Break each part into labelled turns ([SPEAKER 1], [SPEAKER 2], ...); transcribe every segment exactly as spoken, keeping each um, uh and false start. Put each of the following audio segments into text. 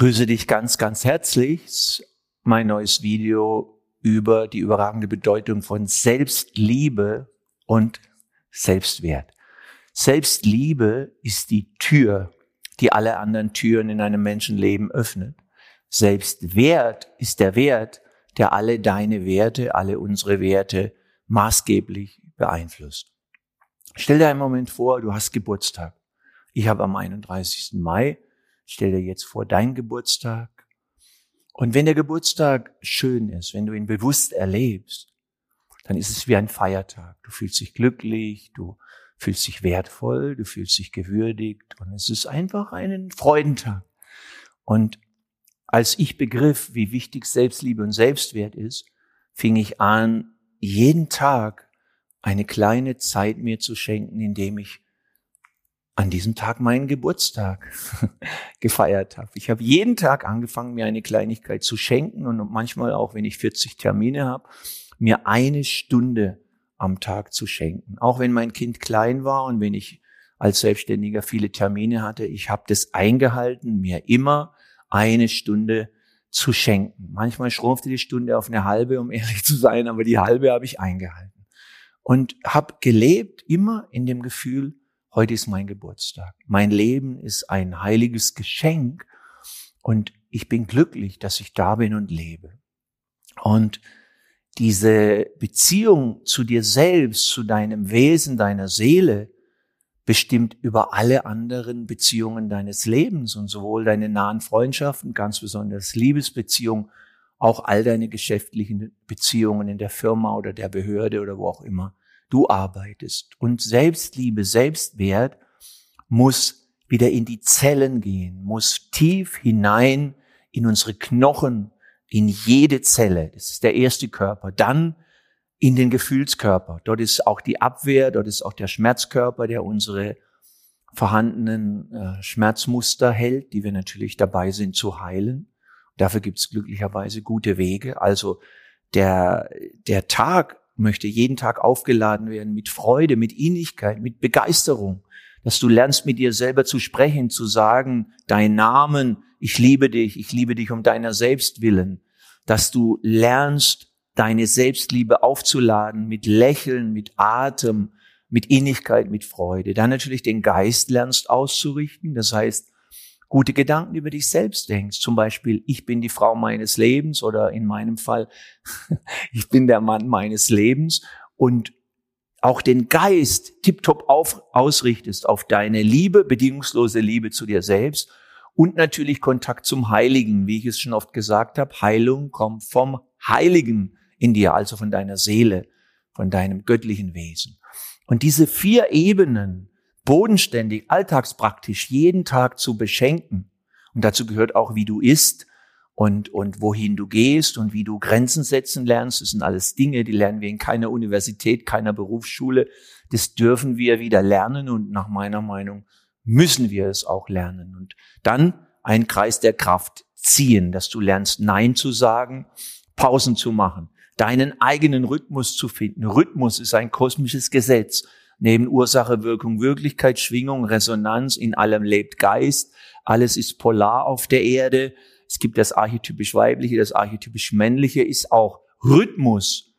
[SPEAKER 1] Grüße dich ganz, ganz herzlich. Mein neues Video über die überragende Bedeutung von Selbstliebe und Selbstwert. Selbstliebe ist die Tür, die alle anderen Türen in einem Menschenleben öffnet. Selbstwert ist der Wert, der alle deine Werte, alle unsere Werte maßgeblich beeinflusst. Stell dir einen Moment vor, du hast Geburtstag. Ich habe am einunddreißigsten Mai. Stell dir jetzt vor, dein Geburtstag. Und wenn der Geburtstag schön ist, wenn du ihn bewusst erlebst, dann ist es wie ein Feiertag. Du fühlst dich glücklich, du fühlst dich wertvoll, du fühlst dich gewürdigt und es ist einfach ein Freudentag. Und als ich begriff, wie wichtig Selbstliebe und Selbstwert ist, fing ich an, jeden Tag eine kleine Zeit mir zu schenken, indem ich an diesem Tag meinen Geburtstag gefeiert habe. Ich habe jeden Tag angefangen, mir eine Kleinigkeit zu schenken und manchmal auch, wenn ich vierzig Termine habe, mir eine Stunde am Tag zu schenken. Auch wenn mein Kind klein war und wenn ich als Selbstständiger viele Termine hatte, ich habe das eingehalten, mir immer eine Stunde zu schenken. Manchmal schrumpfte die Stunde auf eine halbe, um ehrlich zu sein, aber die halbe habe ich eingehalten. Und habe gelebt immer in dem Gefühl, heute ist mein Geburtstag. Mein Leben ist ein heiliges Geschenk und ich bin glücklich, dass ich da bin und lebe. Und diese Beziehung zu dir selbst, zu deinem Wesen, deiner Seele, bestimmt über alle anderen Beziehungen deines Lebens und sowohl deine nahen Freundschaften, ganz besonders Liebesbeziehungen, auch all deine geschäftlichen Beziehungen in der Firma oder der Behörde oder wo auch immer du arbeitest. Und Selbstliebe, Selbstwert muss wieder in die Zellen gehen, muss tief hinein in unsere Knochen, in jede Zelle. Das ist der erste Körper. Dann in den Gefühlskörper. Dort ist auch die Abwehr, dort ist auch der Schmerzkörper, der unsere vorhandenen äh, Schmerzmuster hält, die wir natürlich dabei sind zu heilen. Dafür gibt es glücklicherweise gute Wege. Also der, der Tag möchte jeden Tag aufgeladen werden mit Freude, mit Innigkeit, mit Begeisterung, dass du lernst, mit dir selber zu sprechen, zu sagen, dein Namen, ich liebe dich, ich liebe dich um deiner selbst willen, dass du lernst, deine Selbstliebe aufzuladen mit Lächeln, mit Atem, mit Innigkeit, mit Freude. Dann natürlich den Geist lernst auszurichten, das heißt, gute Gedanken über dich selbst denkst. Zum Beispiel, ich bin die Frau meines Lebens oder in meinem Fall, ich bin der Mann meines Lebens und auch den Geist tipptopp auf, ausrichtest auf deine Liebe, bedingungslose Liebe zu dir selbst und natürlich Kontakt zum Heiligen, wie ich es schon oft gesagt habe. Heilung kommt vom Heiligen in dir, also von deiner Seele, von deinem göttlichen Wesen. Und diese vier Ebenen bodenständig, alltagspraktisch jeden Tag zu beschenken. Und dazu gehört auch, wie du isst und, und wohin du gehst und wie du Grenzen setzen lernst. Das sind alles Dinge, die lernen wir in keiner Universität, keiner Berufsschule. Das dürfen wir wieder lernen und nach meiner Meinung müssen wir es auch lernen. Und dann einen Kreis der Kraft ziehen, dass du lernst, Nein zu sagen, Pausen zu machen, deinen eigenen Rhythmus zu finden. Rhythmus ist ein kosmisches Gesetz. Neben Ursache, Wirkung, Wirklichkeit, Schwingung, Resonanz, in allem lebt Geist. Alles ist polar auf der Erde. Es gibt das archetypisch Weibliche, das archetypisch Männliche, ist auch Rhythmus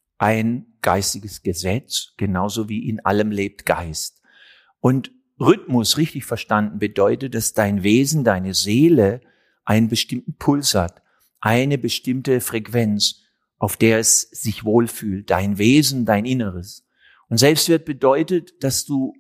[SPEAKER 1] ein geistiges Gesetz, genauso wie in allem lebt Geist. Und Rhythmus, richtig verstanden, bedeutet, dass dein Wesen, deine Seele einen bestimmten Puls hat, eine bestimmte Frequenz, auf der es sich wohlfühlt, dein Wesen, dein Inneres. Und Selbstwert bedeutet, dass du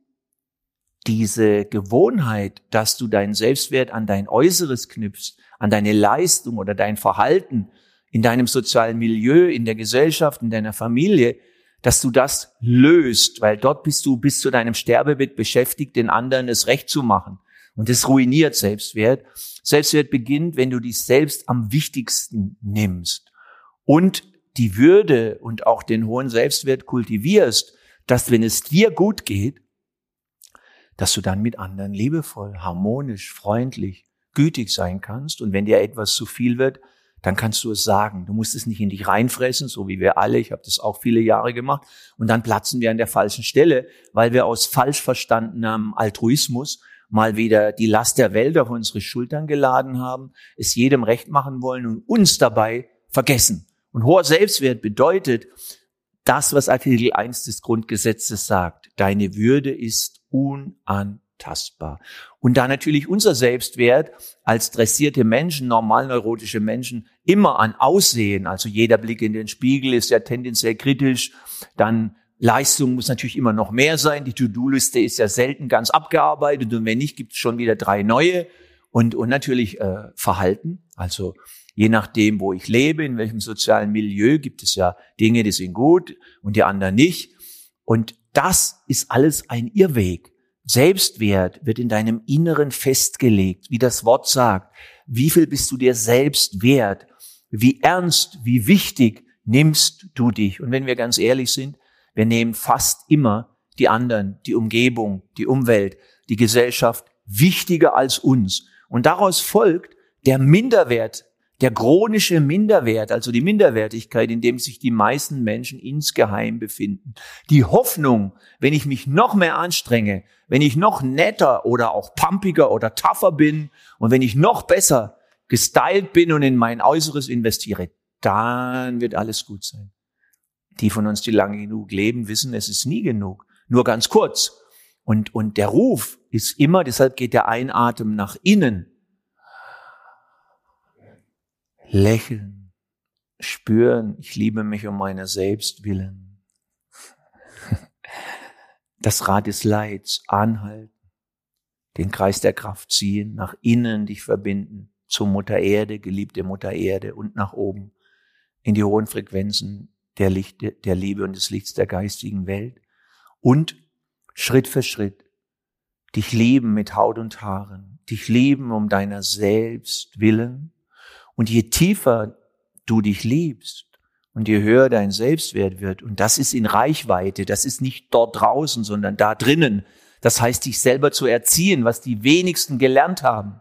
[SPEAKER 1] diese Gewohnheit, dass du deinen Selbstwert an dein Äußeres knüpfst, an deine Leistung oder dein Verhalten in deinem sozialen Milieu, in der Gesellschaft, in deiner Familie, dass du das löst, weil dort bist du bis zu deinem Sterbebett beschäftigt, den anderen es recht zu machen. Und das ruiniert Selbstwert. Selbstwert beginnt, wenn du dich selbst am wichtigsten nimmst und die Würde und auch den hohen Selbstwert kultivierst, dass, wenn es dir gut geht, dass du dann mit anderen liebevoll, harmonisch, freundlich, gütig sein kannst. Und wenn dir etwas zu viel wird, dann kannst du es sagen. Du musst es nicht in dich reinfressen, so wie wir alle. Ich habe das auch viele Jahre gemacht. Und dann platzen wir an der falschen Stelle, weil wir aus falsch verstandenem Altruismus mal wieder die Last der Welt auf unsere Schultern geladen haben, es jedem recht machen wollen und uns dabei vergessen. Und hoher Selbstwert bedeutet das, was Artikel eins des Grundgesetzes sagt. Deine Würde ist unantastbar. Und da natürlich unser Selbstwert als dressierte Menschen, normalneurotische Menschen, immer an Aussehen, also jeder Blick in den Spiegel ist ja tendenziell kritisch, dann Leistung muss natürlich immer noch mehr sein. Die To-Do-Liste ist ja selten ganz abgearbeitet und wenn nicht, gibt es schon wieder drei neue. Und, und natürlich äh, Verhalten, also je nachdem, wo ich lebe, in welchem sozialen Milieu, gibt es ja Dinge, die sind gut und die anderen nicht. Und das ist alles ein Irrweg. Selbstwert wird in deinem Inneren festgelegt, wie das Wort sagt. Wie viel bist du dir selbst wert? Wie ernst, wie wichtig nimmst du dich? Und wenn wir ganz ehrlich sind, wir nehmen fast immer die anderen, die Umgebung, die Umwelt, die Gesellschaft wichtiger als uns. Und daraus folgt der Minderwert, der chronische Minderwert, also die Minderwertigkeit, in dem sich die meisten Menschen insgeheim befinden. Die Hoffnung, wenn ich mich noch mehr anstrenge, wenn ich noch netter oder auch pumpiger oder tougher bin und wenn ich noch besser gestylt bin und in mein Äußeres investiere, dann wird alles gut sein. Die von uns, die lange genug leben, wissen, es ist nie genug. Nur ganz kurz. Und, und der Ruf ist immer, deshalb geht der Einatmen nach innen. Lächeln, spüren, ich liebe mich um meiner selbst willen. Das Rad des Leids anhalten, den Kreis der Kraft ziehen, nach innen dich verbinden, zur Mutter Erde, geliebte Mutter Erde und nach oben, in die hohen Frequenzen der, Licht, der Liebe und des Lichts der geistigen Welt und Schritt für Schritt dich lieben mit Haut und Haaren, dich lieben um deiner selbst willen. Und je tiefer du dich liebst und je höher dein Selbstwert wird, und das ist in Reichweite, das ist nicht dort draußen, sondern da drinnen, das heißt, dich selber zu erziehen, was die wenigsten gelernt haben,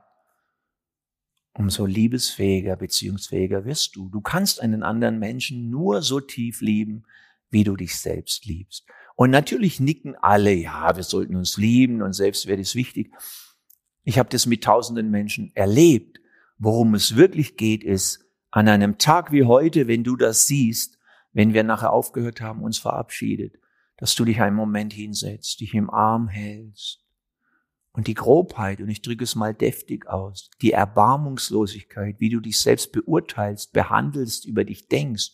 [SPEAKER 1] umso liebesfähiger, beziehungsfähiger wirst du. Du kannst einen anderen Menschen nur so tief lieben, wie du dich selbst liebst. Und natürlich nicken alle, ja, wir sollten uns lieben und Selbstwert ist wichtig. Ich habe das mit tausenden Menschen erlebt. Worum es wirklich geht, ist, an einem Tag wie heute, wenn du das siehst, wenn wir nachher aufgehört haben, uns verabschiedet, dass du dich einen Moment hinsetzt, dich im Arm hältst und die Grobheit, und ich drücke es mal deftig aus, die Erbarmungslosigkeit, wie du dich selbst beurteilst, behandelst, über dich denkst,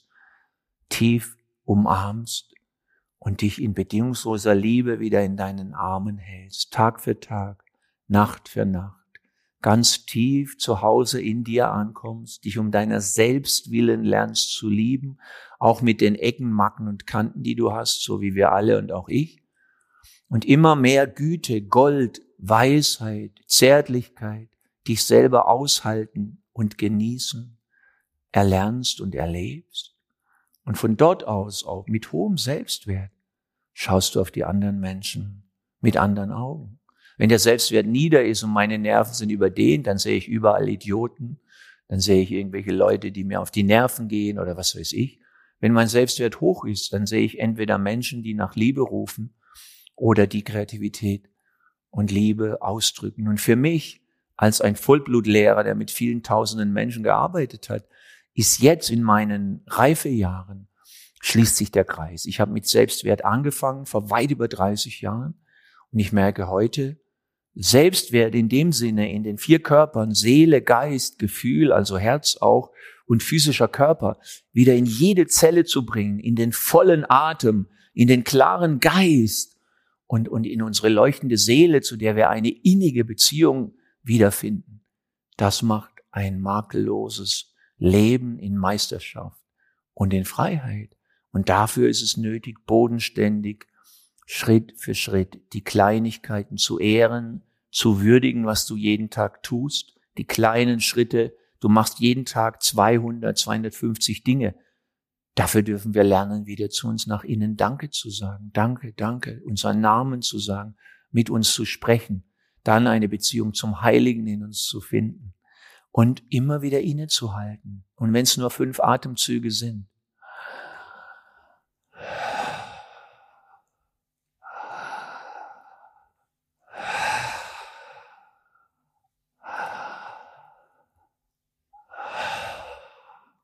[SPEAKER 1] tief umarmst und dich in bedingungsloser Liebe wieder in deinen Armen hältst, Tag für Tag, Nacht für Nacht. Ganz tief zu Hause in dir ankommst, dich um deiner selbst willen lernst zu lieben, auch mit den Ecken, Macken und Kanten, die du hast, so wie wir alle und auch ich. Und immer mehr Güte, Gold, Weisheit, Zärtlichkeit, dich selber aushalten und genießen, erlernst und erlebst. Und von dort aus auch mit hohem Selbstwert schaust du auf die anderen Menschen mit anderen Augen. Wenn der Selbstwert nieder ist und meine Nerven sind überdehnt, dann sehe ich überall Idioten, dann sehe ich irgendwelche Leute, die mir auf die Nerven gehen oder was weiß ich. Wenn mein Selbstwert hoch ist, dann sehe ich entweder Menschen, die nach Liebe rufen oder die Kreativität und Liebe ausdrücken. Und für mich als ein Vollblutlehrer, der mit vielen tausenden Menschen gearbeitet hat, ist jetzt in meinen Reifejahren, schließt sich der Kreis. Ich habe mit Selbstwert angefangen vor weit über dreißig Jahren und ich merke heute, Selbstwert in dem Sinne, in den vier Körpern, Seele, Geist, Gefühl, also Herz auch und physischer Körper, wieder in jede Zelle zu bringen, in den vollen Atem, in den klaren Geist und, und in unsere leuchtende Seele, zu der wir eine innige Beziehung wiederfinden. Das macht ein makelloses Leben in Meisterschaft und in Freiheit. Und dafür ist es nötig, bodenständig, Schritt für Schritt die Kleinigkeiten zu ehren, zu würdigen, was du jeden Tag tust, die kleinen Schritte. Du machst jeden Tag zweihundert, zweihundertfünfzig Dinge. Dafür dürfen wir lernen, wieder zu uns nach innen Danke zu sagen. Danke, danke, unseren Namen zu sagen, mit uns zu sprechen, dann eine Beziehung zum Heiligen in uns zu finden und immer wieder innezuhalten. Und wenn es nur fünf Atemzüge sind,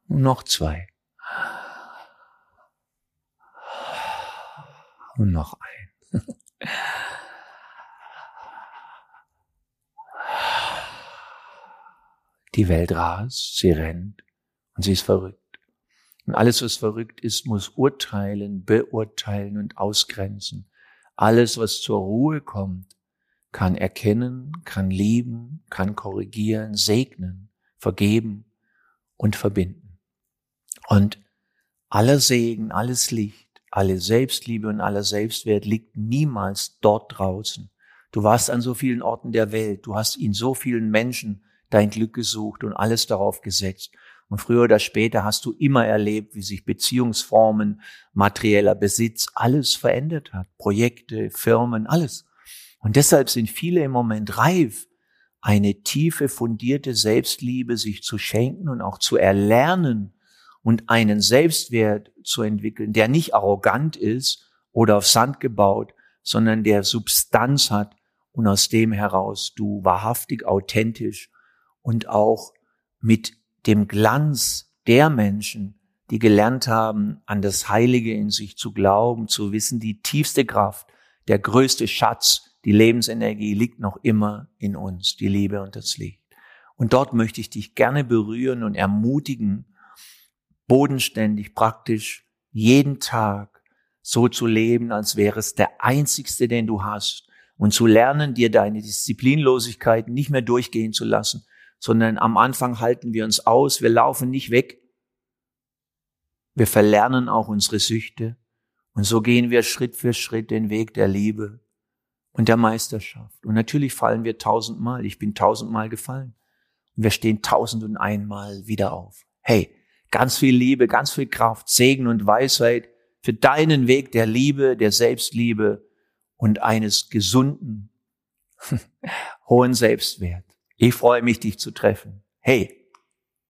[SPEAKER 1] Und noch zwei. Und noch ein. Die Welt rast, sie rennt und sie ist verrückt. Und alles, was verrückt ist, muss urteilen, beurteilen und ausgrenzen. Alles, was zur Ruhe kommt, kann erkennen, kann lieben, kann korrigieren, segnen, vergeben und verbinden. Und aller Segen, alles Licht, alle Selbstliebe und aller Selbstwert liegt niemals dort draußen. Du warst an so vielen Orten der Welt, du hast in so vielen Menschen dein Glück gesucht und alles darauf gesetzt. Und früher oder später hast du immer erlebt, wie sich Beziehungsformen, materieller Besitz, alles verändert hat. Projekte, Firmen, alles. Und deshalb sind viele im Moment reif, eine tiefe, fundierte Selbstliebe sich zu schenken und auch zu erlernen und einen Selbstwert zu entwickeln, der nicht arrogant ist oder auf Sand gebaut, sondern der Substanz hat und aus dem heraus du wahrhaftig, authentisch und auch mit dem Glanz der Menschen, die gelernt haben, an das Heilige in sich zu glauben, zu wissen, die tiefste Kraft, der größte Schatz, die Lebensenergie liegt noch immer in uns, die Liebe und das Licht. Und dort möchte ich dich gerne berühren und ermutigen, bodenständig, praktisch, jeden Tag so zu leben, als wäre es der einzigste, den du hast, und zu lernen, dir deine Disziplinlosigkeit nicht mehr durchgehen zu lassen, sondern am Anfang halten wir uns aus, wir laufen nicht weg. Wir verlernen auch unsere Süchte und so gehen wir Schritt für Schritt den Weg der Liebe und der Meisterschaft. Und natürlich fallen wir tausendmal, ich bin tausendmal gefallen und wir stehen tausend und einmal wieder auf. Hey, ganz viel Liebe, ganz viel Kraft, Segen und Weisheit für deinen Weg der Liebe, der Selbstliebe und eines gesunden, hohen Selbstwert. Ich freue mich, dich zu treffen. Hey,